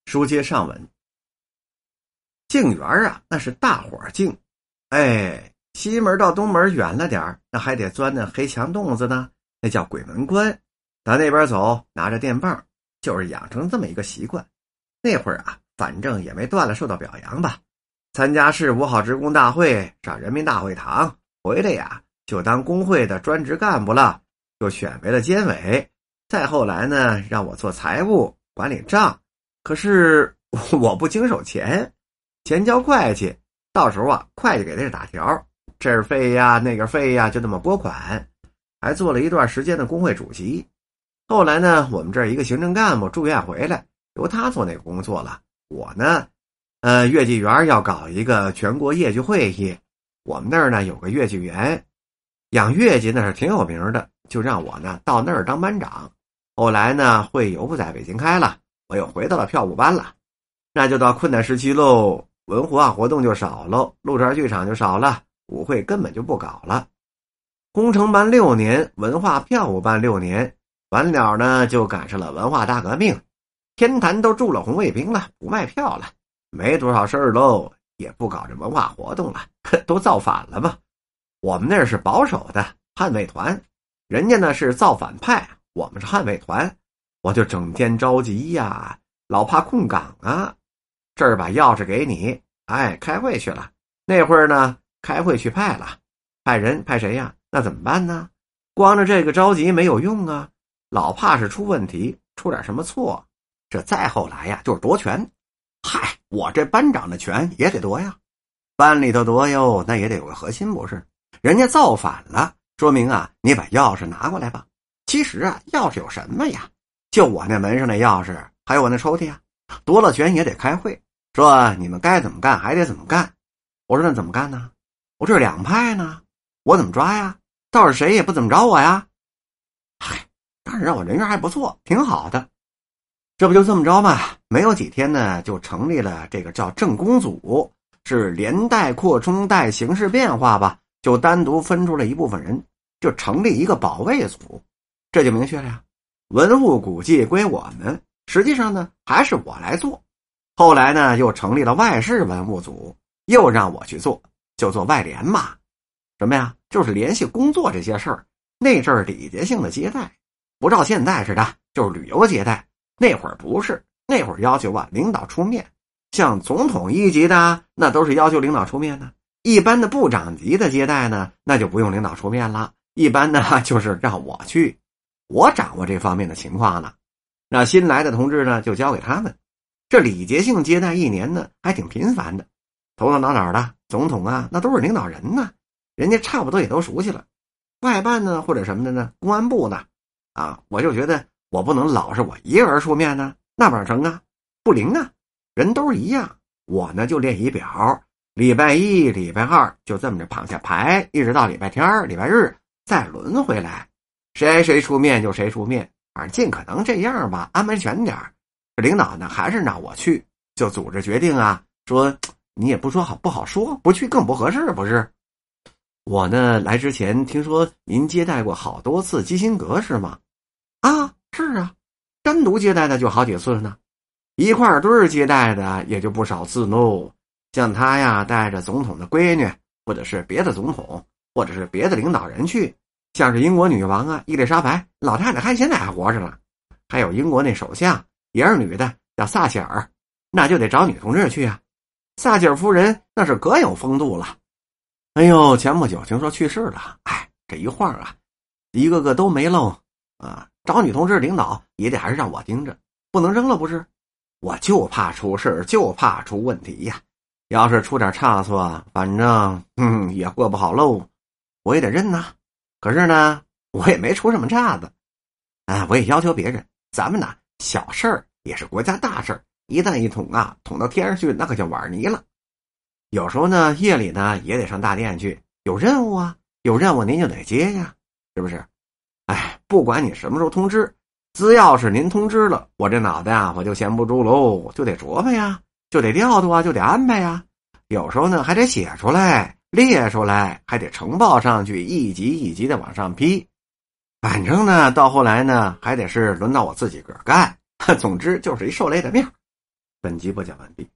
书接上文，净园啊，那是大伙儿净。西门到东门远了点那还得钻那黑墙洞子呢，那叫鬼门关。到那边走，拿着电棒，就是养成这么一个习惯。那会儿啊，反正也没断了受到表扬吧。参加市五好职工大会，上人民大会堂，回来呀，就当工会的专职干部了，就选为了监委。再后来呢，让我做财务，管理账。可是我不经手钱交会计，到时候啊，会计给的是打条，这儿费呀那个费呀，就这么拨款。还做了一段时间的工会主席。后来呢，我们这儿一个行政干部住院回来，由他做那个工作了。我呢，月季园要搞一个全国业绩会议，我们那儿呢有个月季园，养月季那是挺有名的，就让我呢到那儿当班长。后来呢，会又不在北京开了，我又回到了票务班了。那就到困难时期喽，文化活动就少喽，陆船剧场就少了，舞会根本就不搞了。工程班6年，文化票务班6年，完了呢就赶上了文化大革命，天坛都住了红卫兵了，不卖票了，没多少事儿喽，也不搞这文化活动了，都造反了嘛。我们那是保守的捍卫团，人家呢是造反派，我们是捍卫团。我就整天着急呀，老怕空岗啊。这儿把钥匙给你，开会去了。那会儿呢，开会去派了，派人派谁呀？那怎么办呢？光着这个着急没有用啊，老怕是出问题，出点什么错。这再后来呀，就是夺权。我这班长的权也得夺呀，班里头夺哟，那也得有个核心不是？人家造反了，说明啊，你把钥匙拿过来吧。其实啊，钥匙有什么呀？就我那门上那钥匙，还有我那抽屉啊。夺了权也得开会，说你们该怎么干还得怎么干。我说那怎么干呢？我这两派呢，我怎么抓呀？倒是谁也不怎么着我呀。当然我人缘还不错，挺好的。这不就这么着嘛，没有几天呢，就成立了这个叫政工组，是连带扩充带形势变化吧，就单独分出了一部分人，就成立一个保卫组。这就明确了呀，文物古迹归我们，实际上呢还是我来做。后来呢又成立了外事文物组，又让我去做，就做外联嘛。什么呀？就是联系工作这些事儿。那阵儿礼节性的接待，不照现在似的，就是旅游接待。那会儿不是，那会儿要求啊领导出面，像总统1级的那都是要求领导出面的。一般的部长级的接待呢，那就不用领导出面了，一般呢就是让我去，我掌握这方面的情况了。那新来的同志呢就交给他们。这礼节性接待一年呢还挺频繁的，头头脑脑的总统啊那都是领导人呢，人家差不多也都熟悉了。外办呢或者什么的呢，公安部呢我就觉得我不能老是我一个人出面呢，那哪成啊，不灵啊，人都是一样。我呢就列仪表，礼拜1礼拜2就这么着绑下排，一直到礼拜天礼拜日再轮回来，谁出面就谁出面，反正尽可能这样吧，安排全点。领导呢还是让我去，就组织决定啊，说你也不说好不好说，不去更不合适不是。我呢来之前听说您接待过好多次基辛格是吗？是啊，单独接待的就好几次呢，一块堆儿接待的也就不少次喽。像他呀带着总统的闺女，或者是别的总统，或者是别的领导人去，像是英国女王啊伊丽莎白老太太还现在还活着呢，还有英国那首相也是女的叫撒切尔，那就得找女同志去啊。撒切尔夫人那是可有风度了。前不久听说去世了，这一晃啊一个个都没漏找女同志领导也得还是让我盯着，不能扔了不是。我就怕出事，就怕出问题呀。要是出点差错，反正也过不好喽，我也得认呐。可是呢我也没出什么岔子我也要求别人，咱们呢小事儿也是国家大事儿，一旦一捅捅到天上去，那可就碗泥了。有时候呢夜里呢也得上大殿去，有任务有任务您就得接呀，是不是？不管你什么时候通知，只要是您通知了，我这脑袋我就闲不住喽，就得琢磨呀，就得调度就得安排呀。有时候呢还得写出来列出来，还得呈报上去，一级一级的往上批。反正呢到后来呢还得是轮到我自己个儿干，总之就是一受累的命。 本集播讲完毕。